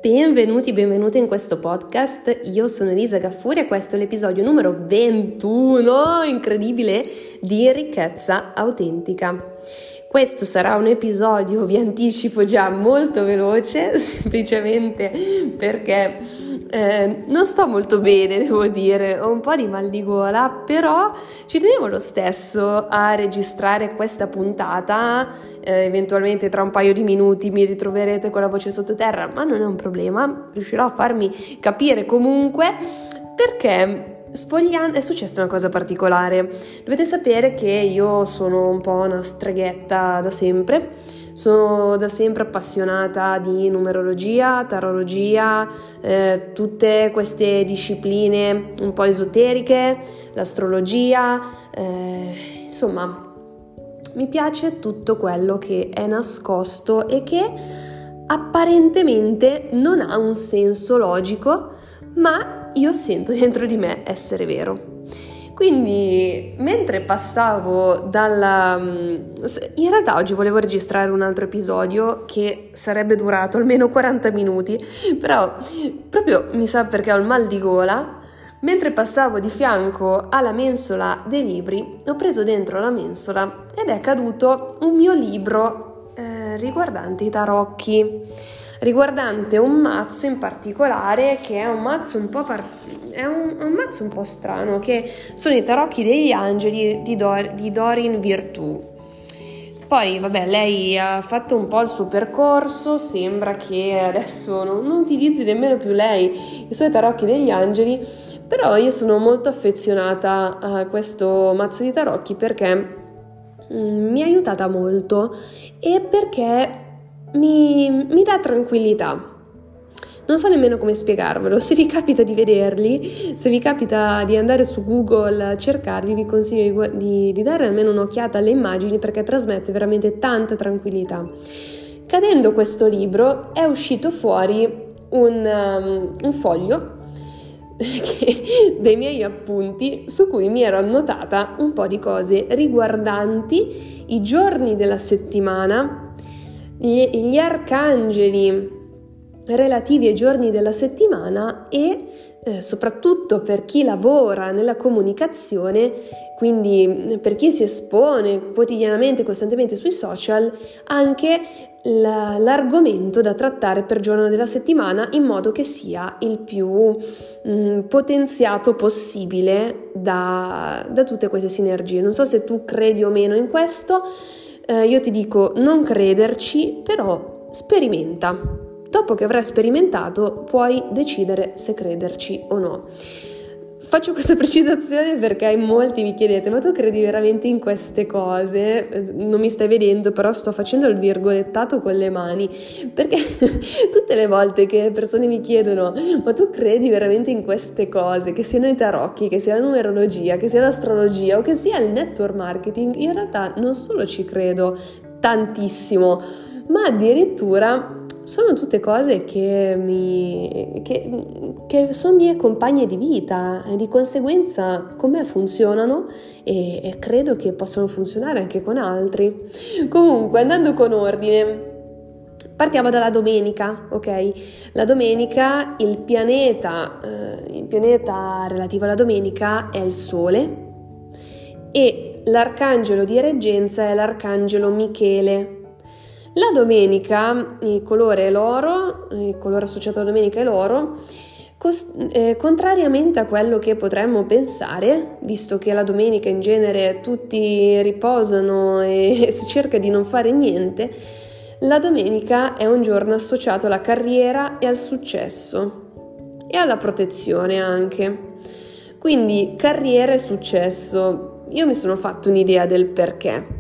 Benvenuti in questo podcast. Io sono Elisa Gaffuri e questo è l'episodio numero 21, incredibile, di Ricchezza Autentica. Questo sarà un episodio, vi anticipo già, molto veloce, semplicemente perché non sto molto bene, devo dire, ho un po' di mal di gola, però ci tenevo lo stesso a registrare questa puntata. Eventualmente tra un paio di minuti mi ritroverete con la voce sottoterra, ma non è un problema, riuscirò a farmi capire comunque perché sfogliando è successa una cosa particolare. Dovete sapere che io sono un po' una streghetta da sempre, sono da sempre appassionata di numerologia, tarologia, tutte queste discipline un po' esoteriche, l'astrologia, insomma mi piace tutto quello che è nascosto e che apparentemente non ha un senso logico, ma io sento dentro di me essere vero. Quindi mentre passavo in realtà oggi volevo registrare un altro episodio che sarebbe durato almeno 40 minuti, però proprio mi sa perché ho il mal di gola. Mentre passavo di fianco alla mensola dei libri, ho preso dentro la mensola ed è caduto un mio libro riguardante i tarocchi, riguardante un mazzo in particolare che è un mazzo un po' strano, che sono i tarocchi degli angeli di Doreen Virtù. Poi vabbè, lei ha fatto un po' il suo percorso, sembra che adesso non utilizzi nemmeno più lei i suoi tarocchi degli angeli, però io sono molto affezionata a questo mazzo di tarocchi perché mi ha aiutata molto e perché mi dà tranquillità. Non so nemmeno come spiegarvelo. Se vi capita di vederli, se vi capita di andare su Google a cercarli, vi consiglio di dare almeno un'occhiata alle immagini perché trasmette veramente tanta tranquillità. Cadendo questo libro è uscito fuori un foglio dei miei appunti su cui mi ero annotata un po' di cose riguardanti i giorni della settimana, gli arcangeli relativi ai giorni della settimana e soprattutto per chi lavora nella comunicazione, quindi per chi si espone quotidianamente, costantemente sui social, anche l'argomento da trattare per giorno della settimana in modo che sia il più potenziato possibile da tutte queste sinergie. Non so se tu credi o meno in questo, io ti dico non crederci, però sperimenta. Dopo che avrai sperimentato puoi decidere se crederci o no. Faccio questa precisazione perché in molti mi chiedete: ma tu credi veramente in queste cose? Non mi stai vedendo, però sto facendo il virgolettato con le mani, perché tutte le volte che persone mi chiedono: ma tu credi veramente in queste cose, che siano i tarocchi, che sia la numerologia, che sia l'astrologia o che sia il network marketing, io in realtà non solo ci credo tantissimo, ma addirittura sono tutte cose che sono mie compagne di vita e di conseguenza con me funzionano e credo che possano funzionare anche con altri. Comunque, andando con ordine, partiamo dalla domenica, ok? La domenica, il pianeta relativo alla domenica è il Sole e l'arcangelo di reggenza è l'arcangelo Michele. La domenica il colore è l'oro, il colore associato alla domenica è l'oro, contrariamente a quello che potremmo pensare, visto che la domenica in genere tutti riposano e si cerca di non fare niente, la domenica è un giorno associato alla carriera e al successo e alla protezione anche. Quindi carriera e successo, io mi sono fatto un'idea del perché.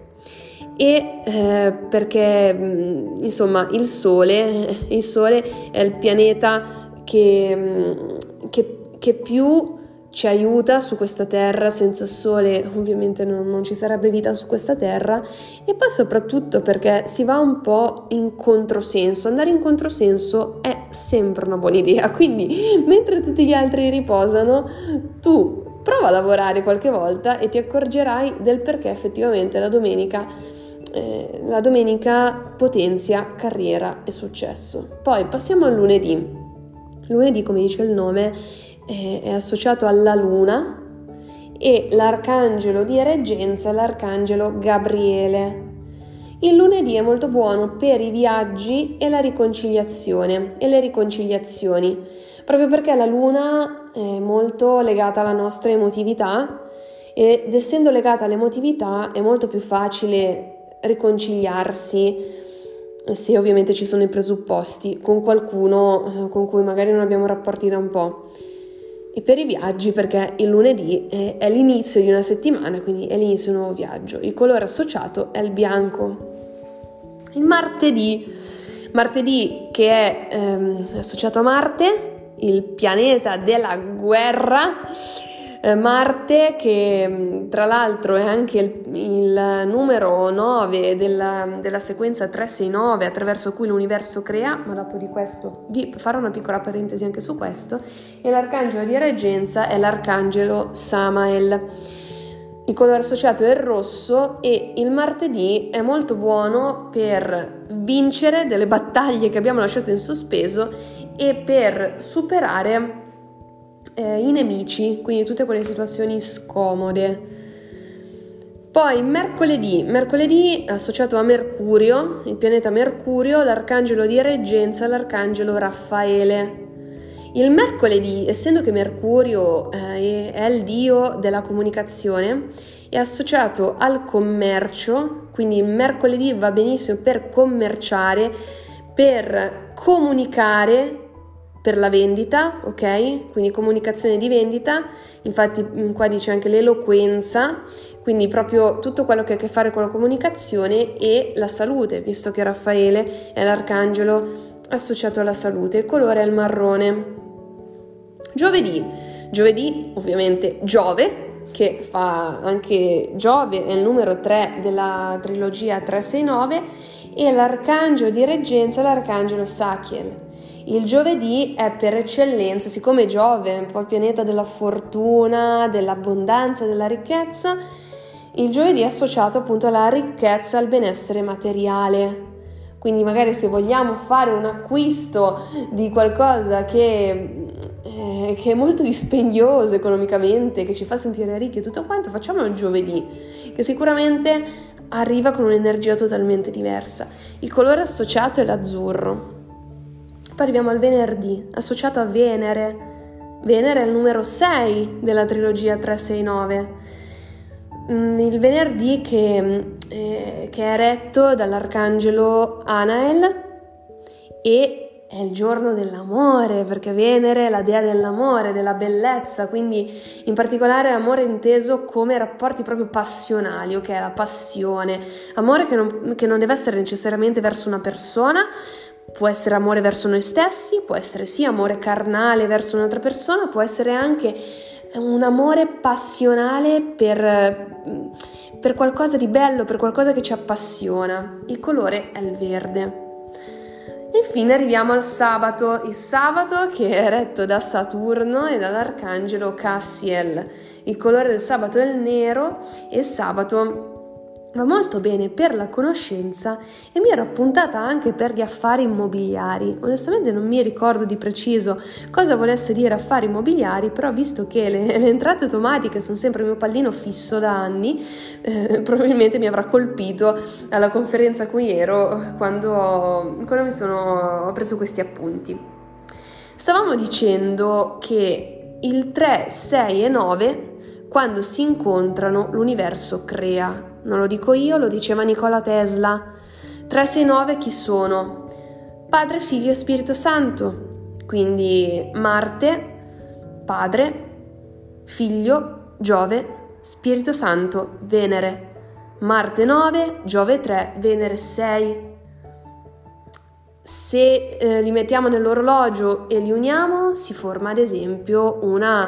Perché insomma il Sole è il pianeta che più ci aiuta su questa terra. Senza il Sole ovviamente non ci sarebbe vita su questa terra, e poi soprattutto perché si va un po' in controsenso. Andare in controsenso è sempre una buona idea, quindi mentre tutti gli altri riposano, tu prova a lavorare qualche volta e ti accorgerai del perché effettivamente la domenica la domenica potenzia, carriera e successo. Poi passiamo al lunedì. Lunedì, come dice il nome, è associato alla luna e l'arcangelo di reggenza è l'arcangelo Gabriele. Il lunedì è molto buono per i viaggi e la riconciliazione e le riconciliazioni, proprio perché la luna è molto legata alla nostra emotività ed essendo legata all'emotività è molto più facile riconciliarsi, se ovviamente ci sono i presupposti, con qualcuno con cui magari non abbiamo rapporti da un po'. E per i viaggi perché il lunedì è l'inizio di una settimana, quindi è l'inizio di un nuovo viaggio. Il colore associato è il bianco. Il martedì che è associato a Marte, il pianeta della guerra, Marte che tra l'altro è anche il numero 9 della sequenza 369 attraverso cui l'universo crea, ma dopo di questo vi farò una piccola parentesi anche su questo, e l'arcangelo di reggenza è l'arcangelo Samael. Il colore associato è il rosso e il martedì è molto buono per vincere delle battaglie che abbiamo lasciato in sospeso e per superare i nemici, quindi tutte quelle situazioni scomode. Poi mercoledì associato a Mercurio, il pianeta Mercurio, l'arcangelo di reggenza, l'arcangelo Raffaele. Il mercoledì, essendo che Mercurio è il dio della comunicazione, è associato al commercio, quindi mercoledì va benissimo per commerciare, per comunicare, per la vendita, ok? Quindi comunicazione di vendita, infatti qua dice anche l'eloquenza, quindi proprio tutto quello che ha a che fare con la comunicazione e la salute, visto che Raffaele è l'arcangelo associato alla salute. Il colore è il marrone. Giovedì ovviamente Giove, che fa anche Giove, è il numero 3 della trilogia 369 e l'arcangelo di reggenza è l'arcangelo Sachiel. Il giovedì è per eccellenza, siccome Giove è un po' il pianeta della fortuna, dell'abbondanza, della ricchezza, il giovedì è associato appunto alla ricchezza, al benessere materiale. Quindi magari se vogliamo fare un acquisto di qualcosa che è molto dispendioso economicamente, che ci fa sentire ricchi e tutto quanto, facciamolo il giovedì, che sicuramente arriva con un'energia totalmente diversa. Il colore associato è l'azzurro. Poi arriviamo al venerdì, associato a Venere. Venere è il numero 6 della trilogia 369. Il venerdì che è retto dall'arcangelo Anael e è il giorno dell'amore, perché Venere è la dea dell'amore, della bellezza, quindi in particolare amore inteso come rapporti proprio passionali, ok? La passione, amore che non deve essere necessariamente verso una persona, può essere amore verso noi stessi, può essere sì amore carnale verso un'altra persona, può essere anche un amore passionale per qualcosa di bello, per qualcosa che ci appassiona. Il colore è il verde. Infine arriviamo al sabato, il sabato che è retto da Saturno e dall'arcangelo Cassiel. Il colore del sabato è il nero e sabato va molto bene per la conoscenza e mi ero appuntata anche per gli affari immobiliari. Onestamente non mi ricordo di preciso cosa volesse dire affari immobiliari, però visto che le entrate automatiche sono sempre il mio pallino fisso da anni, probabilmente mi avrà colpito alla conferenza a cui ero quando ho preso questi appunti. Stavamo dicendo che il 3, 6 e 9, quando si incontrano, l'universo crea. Non lo dico io, lo diceva Nikola Tesla. 3, 6, 9 chi sono? Padre, Figlio e Spirito Santo. Quindi Marte, Padre, Figlio, Giove, Spirito Santo, Venere. Marte 9, Giove 3, Venere 6. Se li mettiamo nell'orologio e li uniamo, si forma ad esempio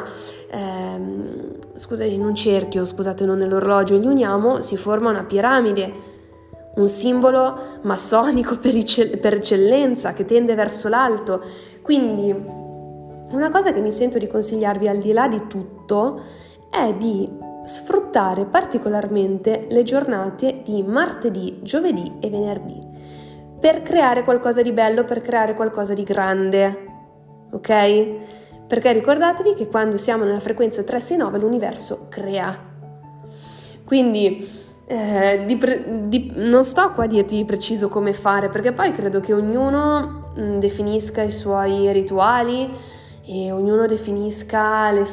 in un cerchio, non nell'orologio, li uniamo, si forma una piramide, un simbolo massonico per eccellenza che tende verso l'alto. Quindi una cosa che mi sento di consigliarvi al di là di tutto è di sfruttare particolarmente le giornate di martedì, giovedì e venerdì per creare qualcosa di bello, per creare qualcosa di grande, ok? Perché ricordatevi che quando siamo nella frequenza 369 l'universo crea. Quindi non sto qua a dirti di preciso come fare, perché poi credo che ognuno definisca i suoi rituali e ognuno definisca i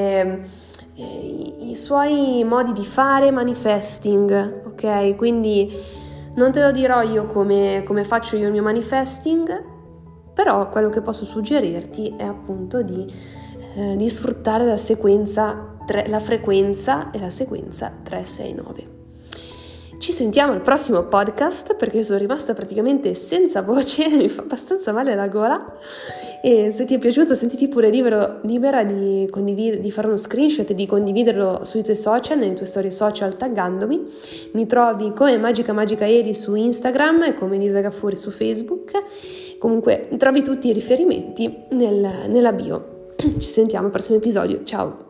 suoi modi di fare manifesting, ok? Quindi non te lo dirò io come faccio io il mio manifesting, però quello che posso suggerirti è appunto di sfruttare la frequenza e la sequenza 369. Ci sentiamo al prossimo podcast, perché sono rimasta praticamente senza voce, mi fa abbastanza male la gola, e se ti è piaciuto sentiti pure libera di fare uno screenshot e di condividerlo sui tuoi social, nelle tue storie social taggandomi. Mi trovi come Magica Eli su Instagram e come Elisa Gaffuri su Facebook. Comunque trovi tutti i riferimenti nella bio. Ci sentiamo al prossimo episodio, ciao!